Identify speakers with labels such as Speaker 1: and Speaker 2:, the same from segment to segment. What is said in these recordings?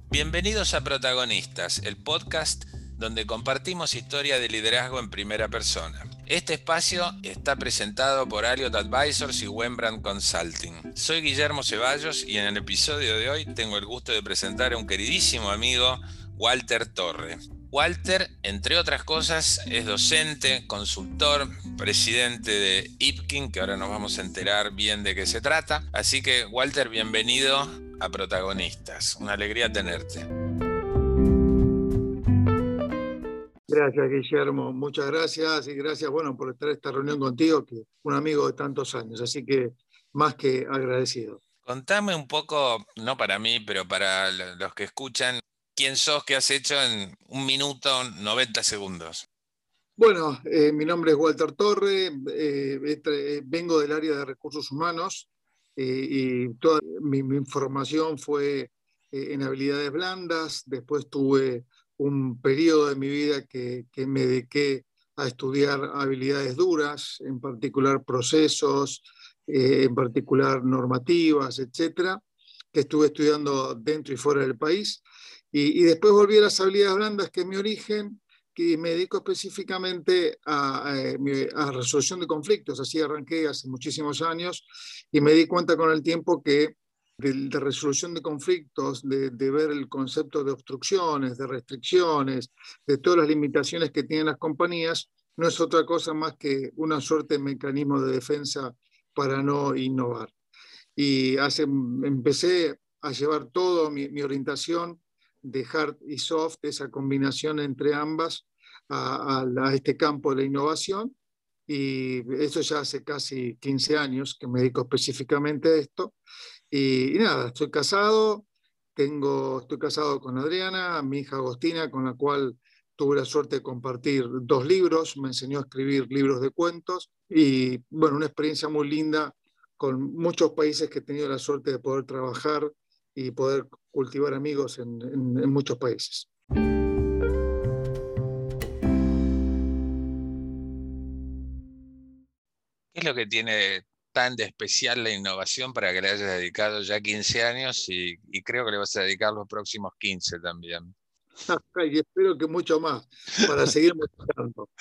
Speaker 1: Bienvenidos a Protagonistas, el podcast donde compartimos historia de liderazgo en primera persona. Este espacio está presentado por Alliot Advisors y Wembrandt Consulting. Soy Guillermo Ceballos y en el episodio de hoy tengo el gusto de presentar a un queridísimo amigo, Walter Torre. Walter, entre otras cosas, es docente, consultor, presidente de Ipkin, que ahora nos vamos a enterar bien de qué se trata. Así que, Walter, bienvenido a Protagonistas. Una alegría tenerte.
Speaker 2: Gracias, Guillermo. Muchas gracias y gracias, por estar en esta reunión contigo, que un amigo de tantos años, así que más que agradecido.
Speaker 1: Contame un poco, no para mí, pero para los que escuchan, quién sos, qué has hecho en 1 minuto, 90 segundos.
Speaker 2: Bueno, mi nombre es Walter Torre, vengo del área de recursos humanos y toda mi formación fue en habilidades blandas. Después tuve un periodo de mi vida que me dediqué a estudiar habilidades duras, en particular procesos, en particular normativas, etcétera, que estuve estudiando dentro y fuera del país. Y después volví a las habilidades blandas, que es mi origen, que me dedico específicamente a resolución de conflictos. Así arranqué hace muchísimos años y me di cuenta con el tiempo que de resolución de conflictos, de ver el concepto de obstrucciones, de restricciones, de todas las limitaciones que tienen las compañías, no es otra cosa más que una suerte de mecanismo de defensa para no innovar. Y empecé a llevar toda mi orientación de hard y soft, esa combinación entre ambas, a este campo de la innovación. Y eso ya hace casi 15 años que me dedico específicamente a esto. Y nada, estoy casado con Adriana, mi hija Agostina, con la cual tuve la suerte de compartir 2 libros, me enseñó a escribir libros de cuentos y bueno, una experiencia muy linda con muchos países que he tenido la suerte de poder trabajar y poder cultivar amigos en muchos países.
Speaker 1: ¿Qué es lo que tiene tan de especial la innovación para que le hayas dedicado ya 15 años y creo que le vas a dedicar los próximos 15 también?
Speaker 2: Y espero que mucho más para seguir mejorando.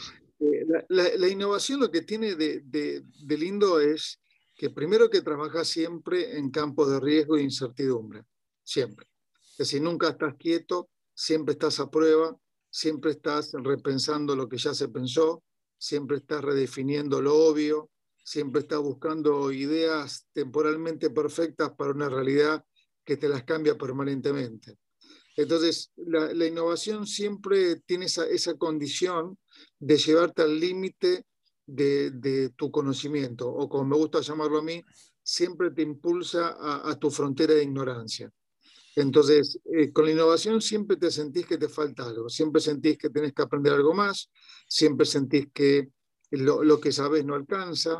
Speaker 2: La innovación lo que tiene de lindo es que primero que trabaja siempre en campos de riesgo e incertidumbre, siempre. Es decir, nunca estás quieto, siempre estás a prueba, siempre estás repensando lo que ya se pensó, siempre estás redefiniendo lo obvio, siempre estás buscando ideas temporalmente perfectas para una realidad que te las cambia permanentemente. Entonces, la innovación siempre tiene esa condición de llevarte al límite de tu conocimiento, o como me gusta llamarlo a mí, siempre te impulsa a tu frontera de ignorancia. Entonces, con la innovación siempre te sentís que te falta algo, siempre sentís que tenés que aprender algo más, siempre sentís que lo que sabés no alcanza.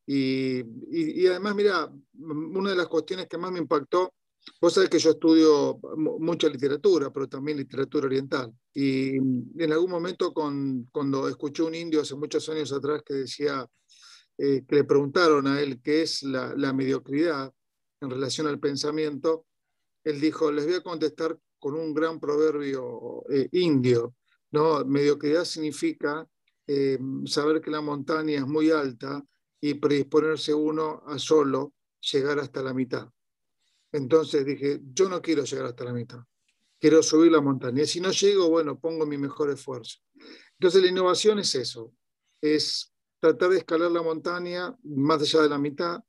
Speaker 2: Y además, mira, una de las cuestiones que más me impactó, vos sabés que yo estudio mucha literatura, pero también literatura oriental. Y en algún momento cuando escuché un indio hace muchos años atrás que decía, que le preguntaron a él qué es la mediocridad en relación al pensamiento, él dijo, les voy a contestar con un gran proverbio indio, ¿no? Mediocridad significa saber que la montaña es muy alta y predisponerse uno a solo llegar hasta la mitad. Entonces dije, yo no quiero llegar hasta la mitad, quiero subir la montaña. Y si no llego, bueno, pongo mi mejor esfuerzo. Entonces la innovación es eso, es tratar de escalar la montaña más allá de la mitad,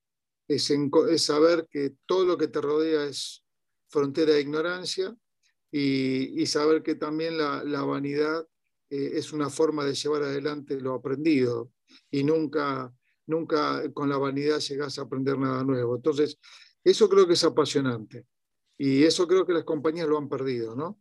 Speaker 2: es saber que todo lo que te rodea es frontera de ignorancia y saber que también la vanidad es una forma de llevar adelante lo aprendido y nunca con la vanidad llegás a aprender nada nuevo. Entonces, eso creo que es apasionante y eso creo que las compañías lo han perdido, ¿no?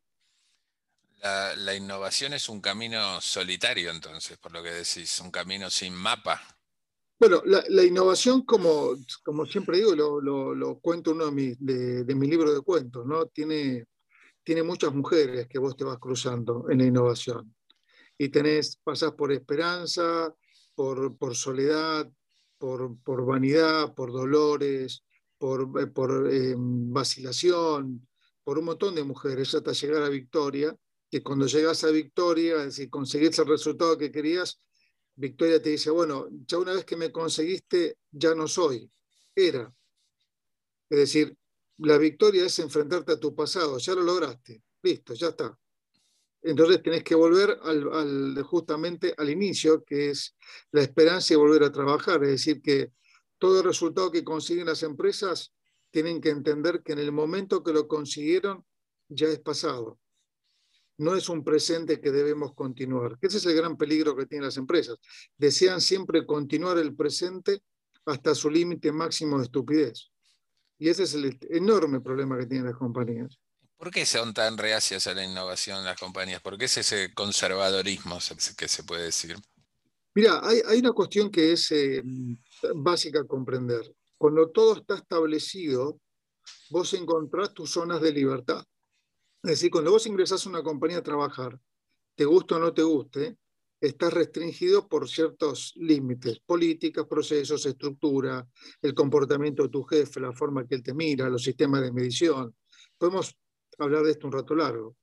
Speaker 1: La innovación es un camino solitario, entonces, por lo que decís, un camino sin mapa.
Speaker 2: Bueno, la innovación, como siempre digo, lo cuento en uno de mis libros de cuentos, ¿no? Tiene muchas mujeres que vos te vas cruzando en la innovación. Y pasás por esperanza, por soledad, por vanidad, por dolores, por vacilación, por un montón de mujeres hasta llegar a Victoria, que cuando llegas a Victoria, es decir, conseguís el resultado que querías, Victoria te dice, bueno, ya una vez que me conseguiste, ya no soy, era. Es decir, la victoria es enfrentarte a tu pasado, ya lo lograste, listo, ya está. Entonces tenés que volver justamente al inicio, que es la esperanza y volver a trabajar. Es decir, que todo el resultado que consiguen las empresas tienen que entender que en el momento que lo consiguieron ya es pasado. No es un presente que debemos continuar. Ese es el gran peligro que tienen las empresas. Desean siempre continuar el presente hasta su límite máximo de estupidez. Y ese es el enorme problema que tienen las compañías.
Speaker 1: ¿Por qué son tan reacias a la innovación las compañías? ¿Por qué es ese conservadorismo que se puede decir?
Speaker 2: Mira, hay una cuestión que es básica a comprender. Cuando todo está establecido, vos encontrás tus zonas de libertad. Es decir, cuando vos ingresás a una compañía a trabajar, te guste o no te guste, estás restringido por ciertos límites, políticas, procesos, estructura, el comportamiento de tu jefe, la forma que él te mira, los sistemas de medición. Podemos hablar de esto un rato largo.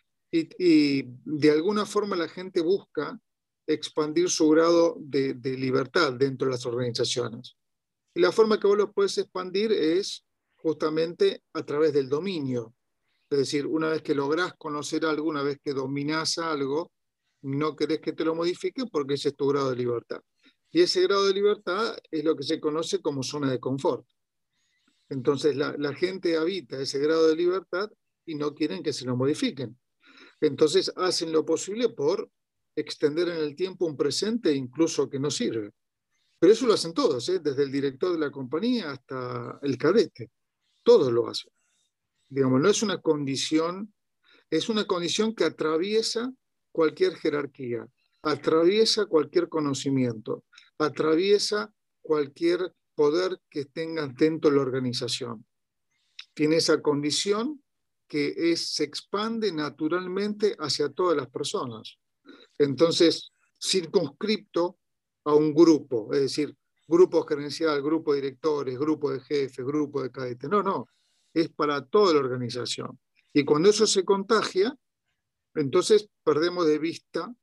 Speaker 2: Y de alguna forma la gente busca expandir su grado de libertad dentro de las organizaciones. Y la forma que vos lo puedes expandir es justamente a través del dominio. Es decir, una vez que lográs conocer algo, una vez que dominás algo, no querés que te lo modifiquen porque ese es tu grado de libertad. Y ese grado de libertad es lo que se conoce como zona de confort. Entonces la gente habita ese grado de libertad y no quieren que se lo modifiquen. Entonces hacen lo posible por extender en el tiempo un presente incluso que no sirve. Pero eso lo hacen todos, ¿eh? Desde el director de la compañía hasta el cadete. Todos lo hacen. Digamos, no es una condición, es una condición que atraviesa cualquier jerarquía, atraviesa cualquier conocimiento, atraviesa cualquier poder que tenga dentro de la organización. Tiene esa condición que se expande naturalmente hacia todas las personas. Entonces, circunscripto a un grupo, es decir, grupo gerencial, grupo de directores, grupo de jefes, grupo de cadetes. No, no, es para toda la organización. Y cuando eso se contagia, entonces perdemos de vista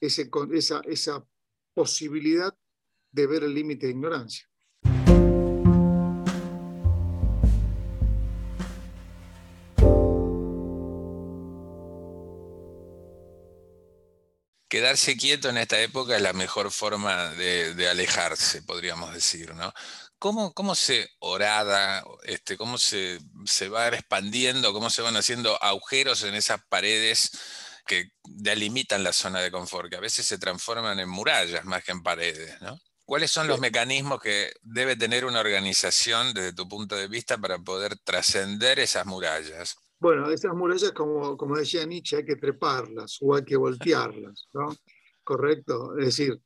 Speaker 2: esa posibilidad de ver el límite de ignorancia.
Speaker 1: Quedarse quieto en esta época es la mejor forma de alejarse, podríamos decir, ¿no? ¿Cómo se horada, cómo se va expandiendo, cómo se van haciendo agujeros en esas paredes que delimitan la zona de confort, que a veces se transforman en murallas más que en paredes, ¿no? ¿Cuáles son los mecanismos que debe tener una organización desde tu punto de vista para poder trascender esas murallas?
Speaker 2: Bueno, esas murallas, como decía Nietzsche, hay que treparlas o hay que voltearlas, ¿no? Correcto. Es decir,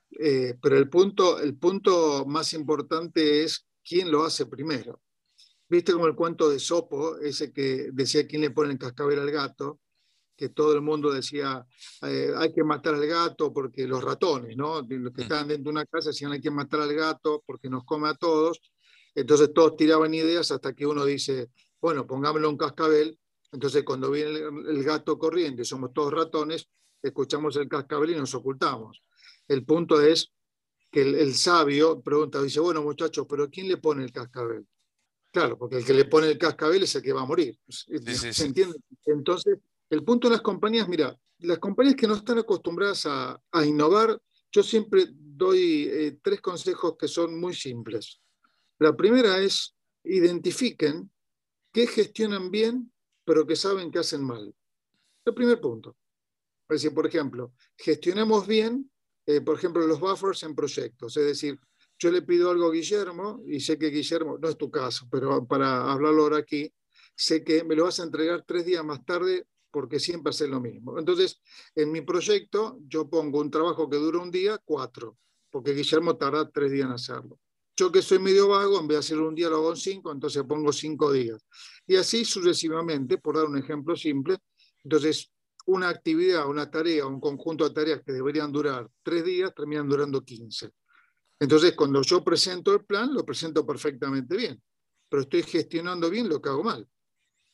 Speaker 2: pero el punto más importante es quién lo hace primero. ¿Viste como el cuento de Sopo, ese que decía quién le pone el cascabel al gato? Que todo el mundo decía, hay que matar al gato porque los ratones, ¿no? Los que estaban dentro de una casa decían, hay que matar al gato porque nos come a todos. Entonces todos tiraban ideas hasta que uno dice, bueno, pongámosle un cascabel. Entonces cuando viene el gato corriendo y somos todos ratones, escuchamos el cascabel y nos ocultamos. El punto es que el sabio pregunta, dice, bueno muchachos, pero ¿quién le pone el cascabel? Claro, porque el que le pone el cascabel es el que va a morir.
Speaker 1: Sí, sí,
Speaker 2: ¿Se
Speaker 1: sí.
Speaker 2: entiende? Entonces, el punto de las compañías, mira, las compañías que no están acostumbradas a innovar, yo siempre doy tres consejos que son muy simples. La primera es, identifiquen qué gestionan bien, pero que saben que hacen mal. El primer punto. Es decir, por ejemplo, gestionemos bien, por ejemplo, los buffers en proyectos. Es decir, yo le pido algo a Guillermo, y sé que Guillermo, no es tu caso, pero para hablarlo ahora aquí, sé que me lo vas a entregar 3 días más tarde porque siempre haces lo mismo. Entonces, en mi proyecto, yo pongo un trabajo que dura un día, 4, porque Guillermo tarda 3 días en hacerlo. Yo que soy medio vago, en vez de hacerlo un día, lo hago en 5, entonces pongo 5 días. Y así sucesivamente, por dar un ejemplo simple. Entonces, una actividad, una tarea, un conjunto de tareas que deberían durar 3 días, terminan durando 15. Entonces, cuando yo presento el plan, lo presento perfectamente bien, pero estoy gestionando bien lo que hago mal.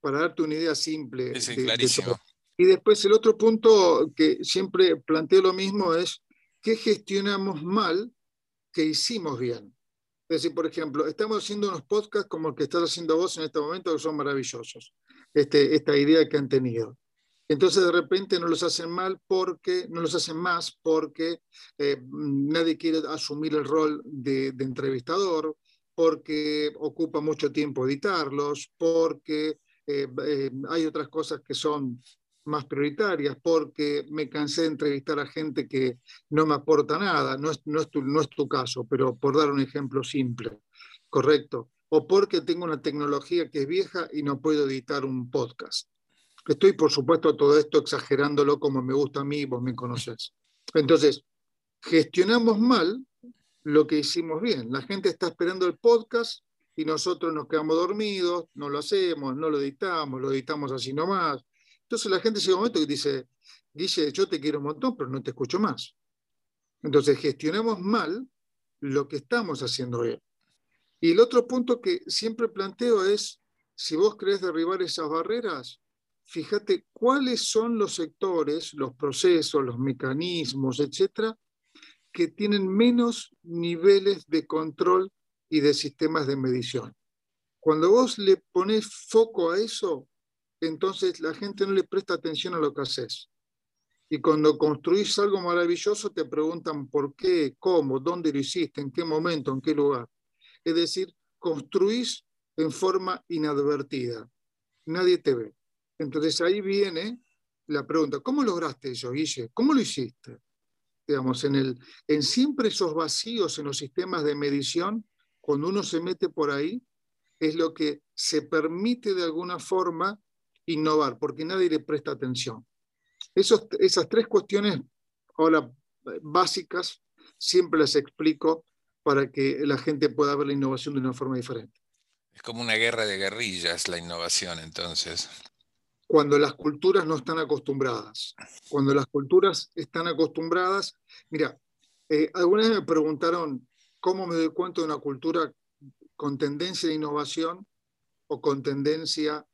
Speaker 2: para darte una idea simple
Speaker 1: Sí,
Speaker 2: de todo.
Speaker 1: clarísimo.
Speaker 2: Y después el otro punto que siempre planteo lo mismo es qué gestionamos mal que hicimos bien. Es decir, por ejemplo, estamos haciendo unos podcasts como el que estás haciendo vos en este momento, que son maravillosos, esta idea que han tenido. Entonces de repente no los hacen mal porque, no los hacen más porque nadie quiere asumir el rol de entrevistador, porque ocupa mucho tiempo editarlos, porque hay otras cosas que son más prioritarias, porque me cansé de entrevistar a gente que no me aporta nada, no es tu caso, pero por dar un ejemplo simple, correcto, o porque tengo una tecnología que es vieja y no puedo editar un podcast. Estoy, por supuesto, todo esto exagerándolo como me gusta a mí, vos me conocés. Entonces, gestionamos mal lo que hicimos bien. La gente está esperando el podcast y nosotros nos quedamos dormidos, no lo hacemos, no lo editamos así nomás. Entonces la gente llega un momento que dice, Guille, yo te quiero un montón, pero no te escucho más. Entonces gestionamos mal lo que estamos haciendo bien. Y el otro punto que siempre planteo es, si vos querés derribar esas barreras, fíjate cuáles son los sectores, los procesos, los mecanismos, etcétera, que tienen menos niveles de control y de sistemas de medición. Cuando vos le pones foco a eso, entonces la gente no le presta atención a lo que haces. Y cuando construís algo maravilloso, te preguntan por qué, cómo, dónde lo hiciste, en qué momento, en qué lugar. Es decir, construís en forma inadvertida. Nadie te ve. Entonces ahí viene la pregunta, ¿cómo lograste eso, Guille? ¿Cómo lo hiciste? Digamos, en siempre esos vacíos en los sistemas de medición, cuando uno se mete por ahí, es lo que se permite de alguna forma innovar, porque nadie le presta atención. Esas tres cuestiones, ahora básicas, siempre las explico para que la gente pueda ver la innovación de una forma diferente.
Speaker 1: Es como una guerra de guerrillas la innovación, entonces.
Speaker 2: Cuando las culturas no están acostumbradas. Cuando las culturas están acostumbradas, mira, alguna vez me preguntaron cómo me doy cuenta de una cultura con tendencia de innovación o con tendencia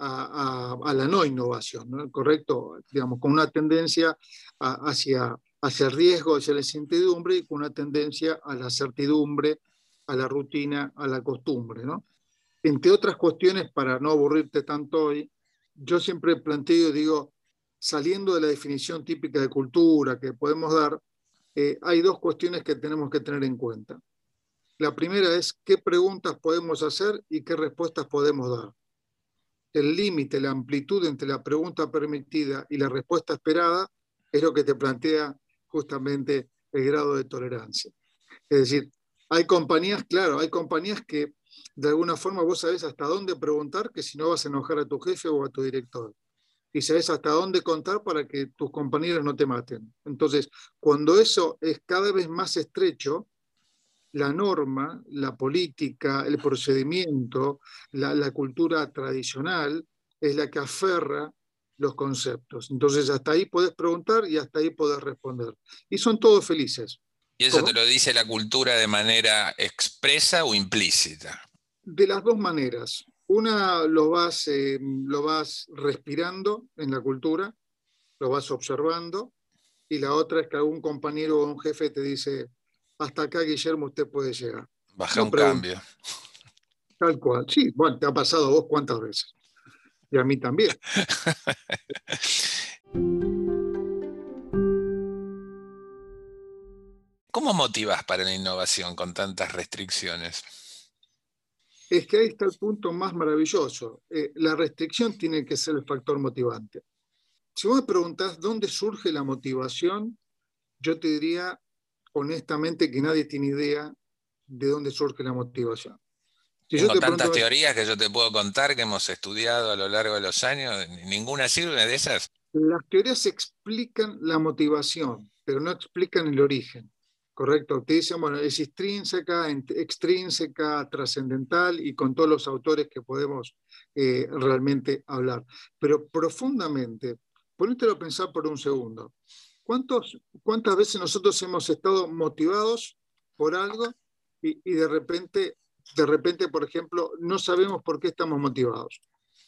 Speaker 2: a la no innovación, ¿no? ¿Correcto? Digamos, con una tendencia hacia el riesgo, hacia la incertidumbre y con una tendencia a la certidumbre, a la rutina, a la costumbre, ¿no? Entre otras cuestiones, para no aburrirte tanto hoy, yo siempre planteo, digo, saliendo de la definición típica de cultura que podemos dar, hay dos cuestiones que tenemos que tener en cuenta. La primera es qué preguntas podemos hacer y qué respuestas podemos dar. El límite, la amplitud entre la pregunta permitida y la respuesta esperada es lo que te plantea justamente el grado de tolerancia. Es decir, hay compañías, claro, hay compañías que de alguna forma vos sabés hasta dónde preguntar, que si no vas a enojar a tu jefe o a tu director. Y sabés hasta dónde contar para que tus compañeros no te maten. Entonces, cuando eso es cada vez más estrecho, la norma, la política, el procedimiento, la cultura tradicional es la que aferra los conceptos. Entonces, hasta ahí podés preguntar y hasta ahí podés responder. Y son todos felices.
Speaker 1: ¿Y eso te
Speaker 2: ¿Cómo?
Speaker 1: lo dice la cultura de manera expresa o implícita?
Speaker 2: De las dos maneras. Una lo vas respirando en la cultura, lo vas observando, y la otra es que algún compañero o un jefe te dice, hasta acá, Guillermo, usted puede llegar.
Speaker 1: Baja
Speaker 2: No
Speaker 1: un
Speaker 2: pregunte,
Speaker 1: cambio.
Speaker 2: tal cual. Sí, bueno, te ha pasado a vos cuántas veces. Y a mí también.
Speaker 1: ¿Cómo motivas para la innovación con tantas restricciones?
Speaker 2: Es que ahí está el punto más maravilloso. La restricción tiene que ser el factor motivante. Si vos me preguntás dónde surge la motivación, yo te diría honestamente que nadie tiene idea de dónde surge la motivación. Si yo
Speaker 1: Tengo
Speaker 2: te
Speaker 1: tantas
Speaker 2: pregunto,
Speaker 1: teorías que yo te puedo contar que hemos estudiado a lo largo de los años. ¿Ninguna sirve de esas?
Speaker 2: las teorías explican la motivación, pero no explican el origen, ¿correcto? Te dicen, bueno, es intrínseca, extrínseca, trascendental y con todos los autores que podemos realmente hablar. Pero profundamente, ponételo a pensar por un segundo. ¿Cuántas veces nosotros hemos estado motivados por algo y de repente, por ejemplo, no sabemos por qué estamos motivados?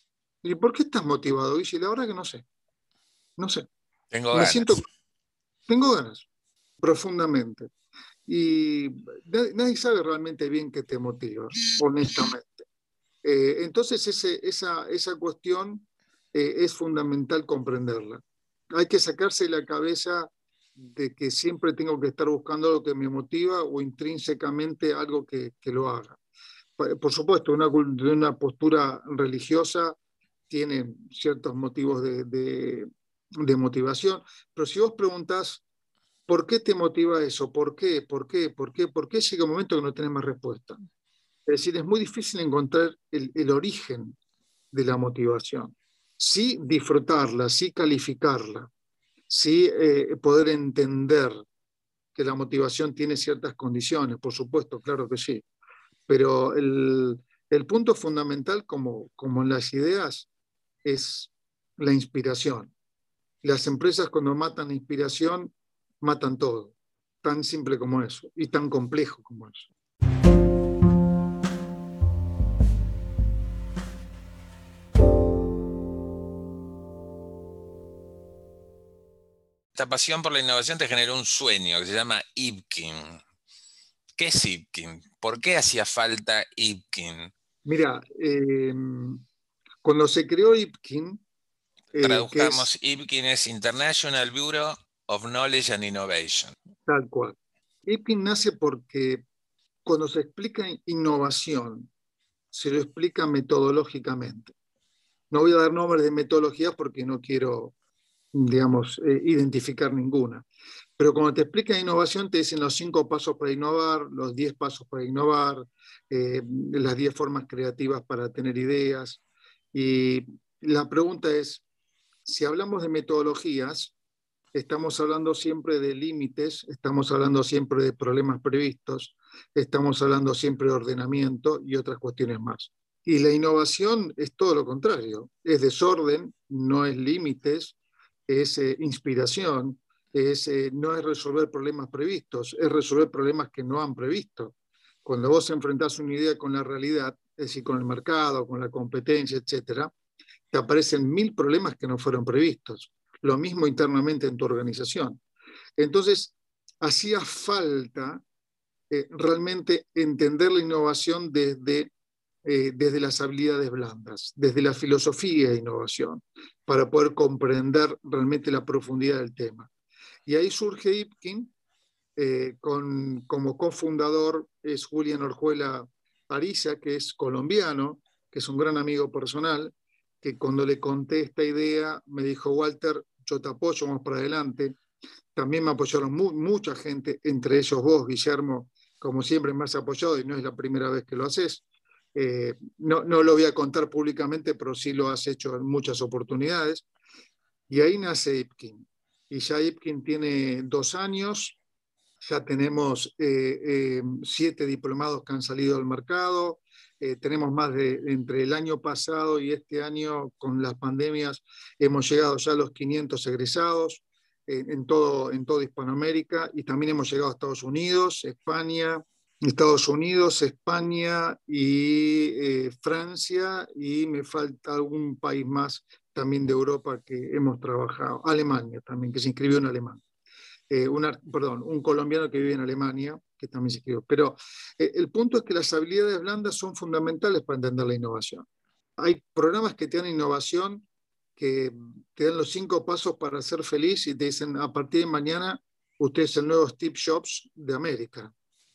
Speaker 2: ¿Y por qué estás motivado? Y dice, la verdad que no sé, no sé.
Speaker 1: Tengo
Speaker 2: Me siento,
Speaker 1: ganas.
Speaker 2: tengo ganas, profundamente. Y nadie sabe realmente bien qué te motiva, honestamente. Entonces esa cuestión es fundamental comprenderla. Hay que sacarse de la cabeza de que siempre tengo que estar buscando algo que me motiva o intrínsecamente algo que lo haga. Por supuesto, de una postura religiosa tiene ciertos motivos de motivación, pero si vos preguntás, ¿por qué te motiva eso? ¿Por qué? ¿Por qué? ¿Por qué? ¿Por qué llega un momento que no tenés más respuesta? Es decir, es muy difícil encontrar el origen de la motivación. Sí disfrutarla, sí calificarla, sí poder entender que la motivación tiene ciertas condiciones, por supuesto, claro que sí. Pero el punto fundamental, como en las ideas, es la inspiración. Las empresas cuando matan la inspiración, matan todo. Tan simple como eso y tan complejo como eso.
Speaker 1: Esta pasión por la innovación te generó un sueño que se llama Ipkin. ¿Qué es Ipkin? ¿Por qué hacía falta Ipkin?
Speaker 2: Mira, cuando se creó IPKIN, que es
Speaker 1: Traduzcamos, Ipkin es International Bureau of Knowledge and Innovation.
Speaker 2: tal cual, IPKIN nace porque cuando se explica innovación, se lo explica metodológicamente. No voy a dar nombres de metodologías porque no quiero, digamos, identificar ninguna. Pero cuando te explican innovación, te dicen los 5 pasos para innovar, los 10 pasos para innovar, las 10 formas creativas para tener ideas. Y la pregunta es, si hablamos de metodologías, estamos hablando siempre de límites, estamos hablando siempre de problemas previstos, estamos hablando siempre de ordenamiento y otras cuestiones más. Y la innovación es todo lo contrario, es desorden, no es límites, es inspiración, no es resolver problemas previstos, es resolver problemas que no han previsto. Cuando vos enfrentás una idea con la realidad, es decir, con el mercado, con la competencia, etcétera, te aparecen 1000 problemas que no fueron previstos. Lo mismo internamente en tu organización. Entonces, hacía falta realmente entender la innovación desde las habilidades blandas, desde la filosofía de innovación, para poder comprender realmente la profundidad del tema. Y ahí surge Ipkin, como cofundador es Julián Orjuela Ariza, que es colombiano, que es un gran amigo personal, que cuando le conté esta idea me dijo, Walter, yo te apoyo, vamos para adelante. También me apoyaron mucha gente, entre ellos vos, Guillermo, como siempre me has apoyado y no es la primera vez que lo haces. No lo voy a contar públicamente, pero sí lo has hecho en muchas oportunidades. Y ahí nace Ipkin. Y ya Ipkin tiene 2 años, ya tenemos 7 diplomados que han salido al mercado. Tenemos más entre el año pasado y este año, con las pandemias, hemos llegado ya a los 500 egresados en todo Hispanoamérica, y también hemos llegado a Estados Unidos, España y Francia, y me falta algún país más también de Europa que hemos trabajado. Alemania también, que se inscribió en Alemania. Un colombiano que vive en Alemania, que también se escribió. Pero el punto es que las habilidades blandas son fundamentales para entender la innovación. Hay programas que te dan innovación, que te dan los 5 pasos para ser feliz y te dicen, a partir de mañana, usted es el nuevo Steve Jobs de América.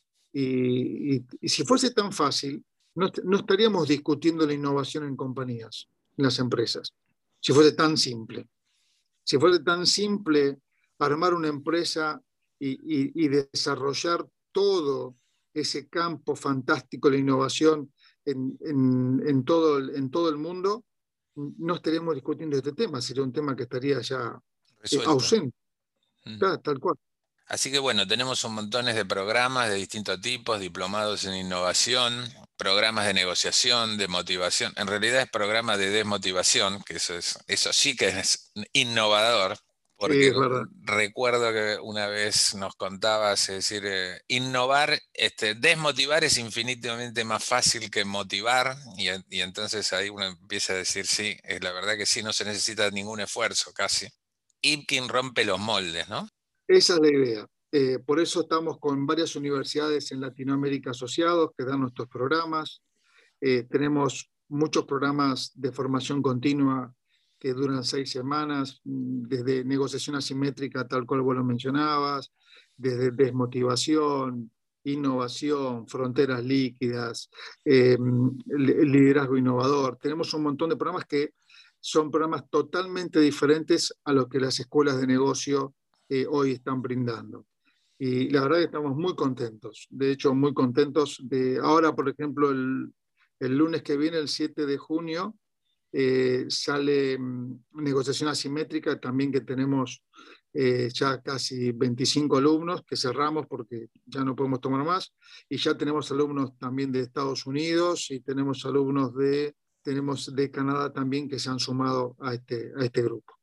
Speaker 2: Y si fuese tan fácil, no estaríamos discutiendo la innovación en compañías, en las empresas. Si fuese tan simple. Si fuese tan simple armar una empresa y desarrollar todo ese campo fantástico de la innovación en todo el mundo, no estaríamos discutiendo este tema, sería un tema que estaría ya
Speaker 1: Resuelto.
Speaker 2: ausente, tal cual.
Speaker 1: Así que bueno, tenemos un montón de programas de distintos tipos, diplomados en innovación, programas de negociación, de motivación. En realidad es programa de desmotivación, que eso sí que es innovador,
Speaker 2: Sí,
Speaker 1: Porque
Speaker 2: es verdad.
Speaker 1: recuerdo que una vez nos contabas, es decir, innovar, desmotivar es infinitamente más fácil que motivar, y entonces ahí uno empieza a decir, sí, es la verdad que sí, no se necesita ningún esfuerzo casi. Ipkin rompe los moldes, ¿no?
Speaker 2: Esa es la idea. Por eso estamos con varias universidades en Latinoamérica asociados que dan nuestros programas. Tenemos muchos programas de formación continua que duran 6 semanas, desde negociación asimétrica, tal cual vos lo mencionabas, desde desmotivación, innovación, fronteras líquidas, liderazgo innovador. Tenemos un montón de programas que son programas totalmente diferentes a lo que las escuelas de negocio hoy están brindando. Y la verdad que estamos muy contentos, de hecho muy contentos de ahora, por ejemplo, el lunes que viene, el 7 de junio, sale negociación asimétrica, también que tenemos ya casi 25 alumnos que cerramos porque ya no podemos tomar más, y ya tenemos alumnos también de Estados Unidos y tenemos de Canadá también que se han sumado a este grupo.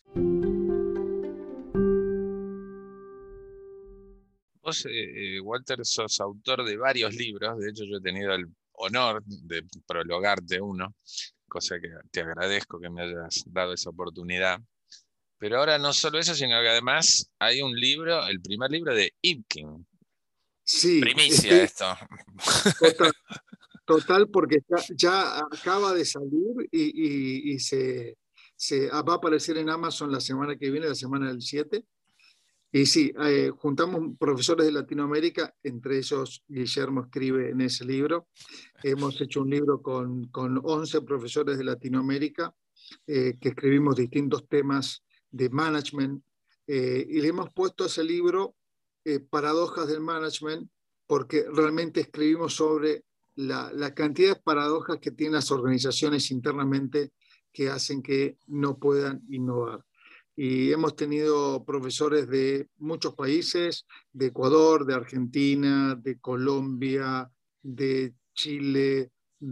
Speaker 1: Vos, Walter, sos autor de varios libros, de hecho yo he tenido el honor de prologarte uno, cosa que te agradezco que me hayas dado esa oportunidad. Pero ahora no solo eso, sino que además hay un libro, el primer libro de Ipkin.
Speaker 2: Sí,
Speaker 1: Primicia
Speaker 2: estoy
Speaker 1: esto.
Speaker 2: total, total porque ya acaba de salir y va a aparecer en Amazon la semana que viene, la semana del 7. Y sí, juntamos profesores de Latinoamérica, entre ellos Guillermo escribe en ese libro. Hemos hecho un libro con 11 profesores de Latinoamérica que escribimos distintos temas de management y le hemos puesto a ese libro Paradojas del Management porque realmente escribimos sobre la cantidad de paradojas que tienen las organizaciones internamente que hacen que no puedan innovar. Y hemos tenido profesores de muchos países, de Ecuador, de Argentina, de Colombia, de Chile,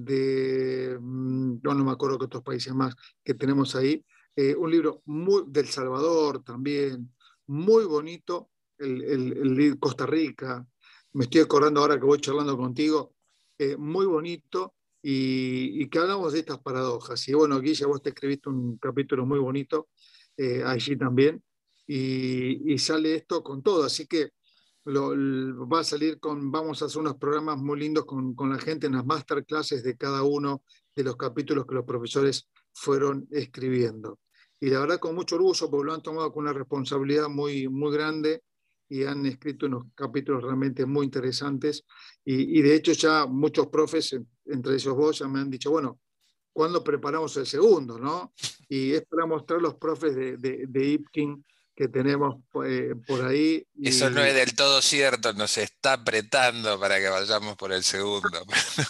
Speaker 2: no me acuerdo qué otros países más que tenemos ahí. Un libro muy del Salvador también, muy bonito, el Costa Rica. Me estoy acordando ahora que voy charlando contigo, muy bonito y que hablamos de estas paradojas. Y bueno, Guilla, vos te escribiste un capítulo muy bonito allí también y sale esto con todo. Así que va a salir vamos a hacer unos programas muy lindos con la gente en las masterclasses de cada uno de los capítulos que los profesores fueron escribiendo. Y la verdad con mucho orgullo porque lo han tomado con una responsabilidad muy, muy grande y han escrito unos capítulos realmente muy interesantes. Y de hecho ya muchos profes, entre ellos vos, ya me han dicho, bueno, ¿cuándo preparamos el segundo, no? Y es para mostrar los profes de Ipkin que tenemos por ahí.
Speaker 1: Eso no es
Speaker 2: Y
Speaker 1: del todo cierto, nos está apretando para que vayamos por el segundo.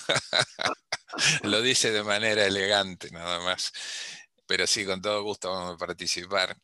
Speaker 1: Lo dice de manera elegante, nada más. Pero sí, con todo gusto vamos a participar.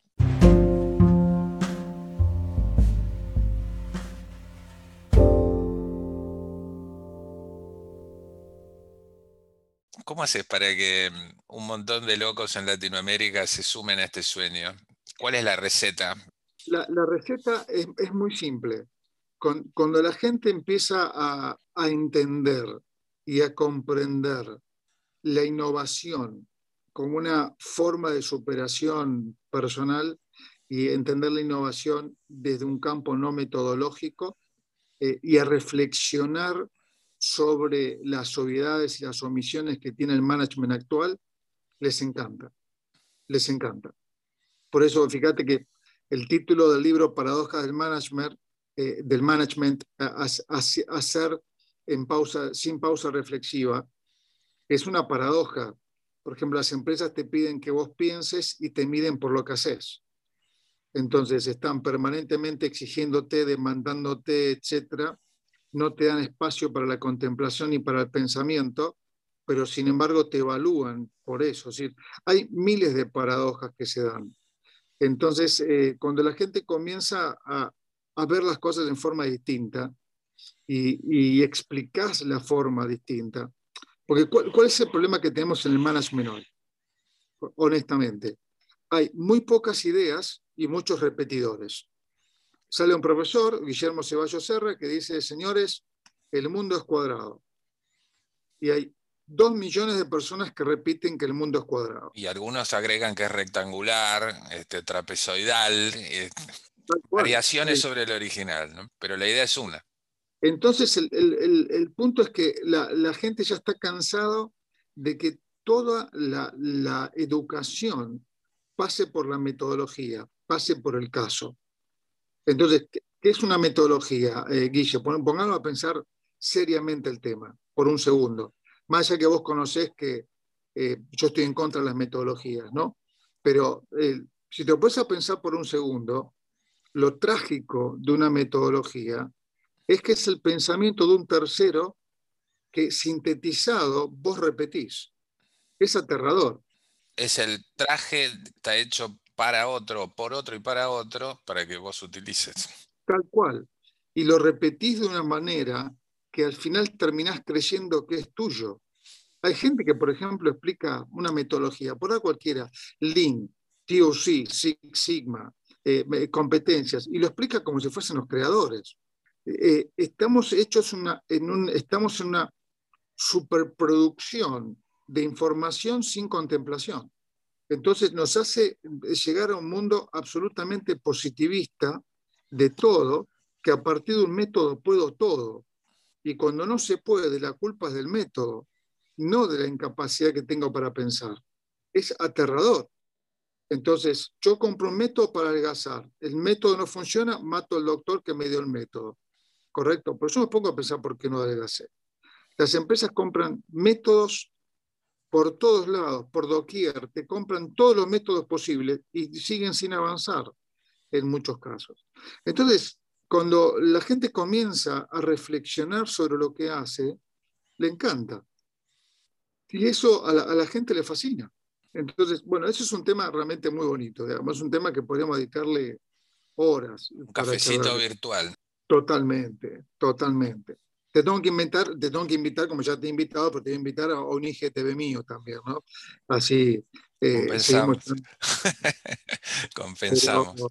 Speaker 1: ¿Cómo haces para que un montón de locos en Latinoamérica se sumen a este sueño? ¿Cuál es la receta?
Speaker 2: la receta es muy simple. Cuando la gente empieza a entender y a comprender la innovación como una forma de superación personal y entender la innovación desde un campo no metodológico y a reflexionar sobre las obviedades y las omisiones que tiene el management actual, les encanta, les encanta. Por eso, fíjate que el título del libro Paradojas del management hacer en pausa, sin pausa reflexiva, es una paradoja. Por ejemplo, las empresas te piden que vos pienses y te miden por lo que haces. Entonces están permanentemente exigiéndote, demandándote, etcétera. No te dan espacio para la contemplación y para el pensamiento, pero sin embargo te evalúan por eso. Es decir, hay miles de paradojas que se dan. Entonces, cuando la gente comienza a ver las cosas en forma distinta y explicas la forma distinta, porque ¿cuál es el problema que tenemos en el management hoy? Honestamente, hay muy pocas ideas y muchos repetidores. Sale un profesor, Guillermo Ceballos Serra, que dice, señores, el mundo es cuadrado. Y hay 2 millones de personas que repiten que el mundo es cuadrado.
Speaker 1: Y algunos agregan que es rectangular, trapezoidal, variaciones sobre el original, ¿no? Pero la idea es una.
Speaker 2: Entonces, el punto es que la gente ya está cansado de que toda la educación pase por la metodología, pase por el caso. Entonces, ¿qué es una metodología, Guille? Pongámoslo a pensar seriamente el tema, por un segundo. Más allá que vos conocés que yo estoy en contra de las metodologías, ¿no? Pero si te pones a pensar por un segundo, lo trágico de una metodología es que es el pensamiento de un tercero que sintetizado vos repetís. Es aterrador.
Speaker 1: Es el traje, está hecho para otro, por otro y para otro, para que vos utilices.
Speaker 2: Tal cual. Y lo repetís de una manera que al final terminás creyendo que es tuyo. Hay gente que, por ejemplo, explica una metodología, por ahí cualquiera, Lean, TOC, Six Sigma, competencias, y lo explica como si fuesen los creadores. Estamos en una superproducción de información sin contemplación. Entonces nos hace llegar a un mundo absolutamente positivista de todo, que a partir de un método puedo todo. Y cuando no se puede, la culpa es del método, no de la incapacidad que tengo para pensar. Es aterrador. Entonces, yo compro un método para adelgazar. El método no funciona, mato al doctor que me dio el método. ¿Correcto? Pero yo me pongo a pensar por qué no adelgacé. Las empresas compran métodos por todos lados, por doquier, te compran todos los métodos posibles y siguen sin avanzar en muchos casos. Entonces, cuando la gente comienza a reflexionar sobre lo que hace, le encanta. Y eso a la gente le fascina. Entonces, bueno, eso es un tema realmente muy bonito, digamos, es un tema que podríamos dedicarle horas.
Speaker 1: Un
Speaker 2: Para
Speaker 1: cafecito
Speaker 2: charlar.
Speaker 1: virtual.
Speaker 2: Totalmente, totalmente. Te tengo que invitar, como ya te he invitado, pero te voy a invitar a un IGTV mío también, ¿no? Así seguimos.
Speaker 1: Compensamos. Compensamos.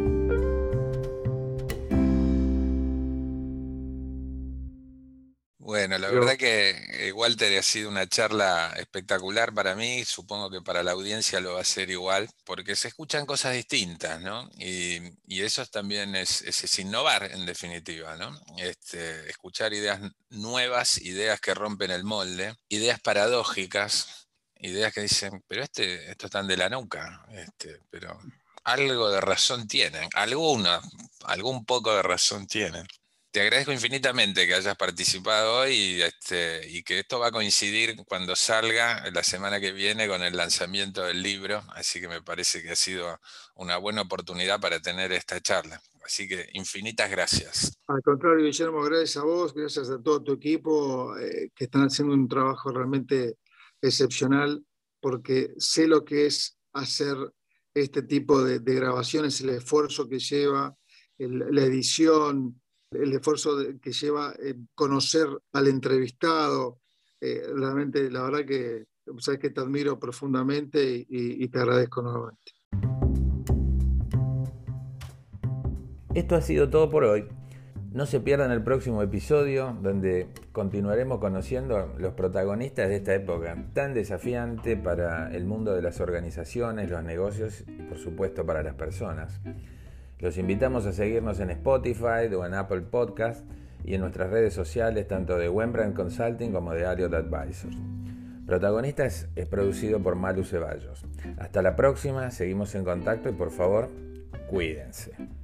Speaker 1: Bueno, la verdad que Walter ha sido una charla espectacular para mí, supongo que para la audiencia lo va a ser igual, porque se escuchan cosas distintas, ¿no? Y eso también es innovar en definitiva, ¿no? Escuchar ideas nuevas, ideas que rompen el molde, ideas paradójicas, ideas que dicen, pero esto están de la nuca, pero algo de razón tienen, algún poco de razón tienen. Te agradezco infinitamente que hayas participado hoy y que esto va a coincidir cuando salga la semana que viene con el lanzamiento del libro, así que me parece que ha sido una buena oportunidad para tener esta charla. Así que infinitas gracias.
Speaker 2: Al contrario, Guillermo, gracias a vos, gracias a todo tu equipo, que están haciendo un trabajo realmente excepcional, porque sé lo que es hacer este tipo de grabaciones, el esfuerzo que lleva, la edición, el esfuerzo que lleva conocer al entrevistado. Realmente, la verdad que sabes que te admiro profundamente y te agradezco nuevamente.
Speaker 3: Esto ha sido todo por hoy. No se pierdan el próximo episodio donde continuaremos conociendo los protagonistas de esta época tan desafiante para el mundo de las organizaciones, los negocios y por supuesto para las personas. Los invitamos a seguirnos en Spotify o en Apple Podcast y en nuestras redes sociales tanto de Wembrandt Consulting como de Elliott Advisors. Protagonistas es producido por Malu Ceballos. Hasta la próxima, seguimos en contacto y por favor, cuídense.